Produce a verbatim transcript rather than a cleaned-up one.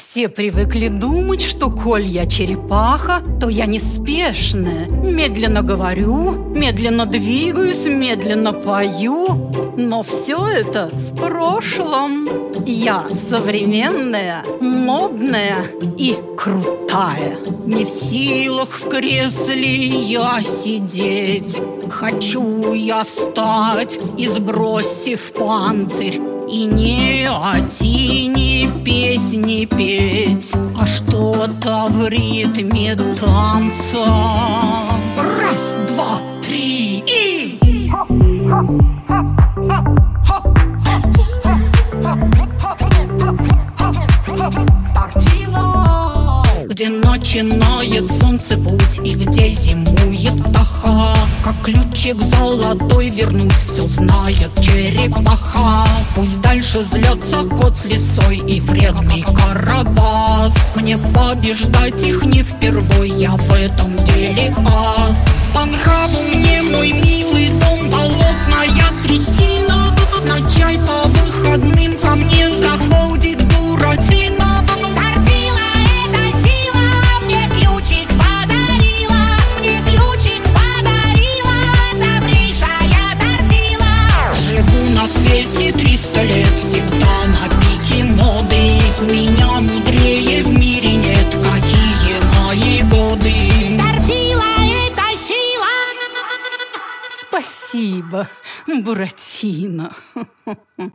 Все привыкли думать, что коль я черепаха, то я неспешная. Медленно говорю, медленно двигаюсь, медленно пою. Но все это в прошлом. Я современная, модная и крутая. Не в силах в кресле я сидеть. Хочу я встать и, сбросив панцирь, и не оти, ни песни петь, а что-то в ритме танца. Раз, два, три и... Где начинает солнце путь и где зимует птаха, как ключик золотой вернуть все знает черепаха. Пусть дальше злется кот с лисой и вредный Карабас. Мне побеждать их не впервой, я в этом деле ас. По нраву мне мой милый дом, болотная трясина. На чай по выходным ко мне заходит Буратино. триста лет, всегда на пике моды. Меня мудрее в мире нет, какие мои годы. Тортила — это сила. Спасибо, Буратино.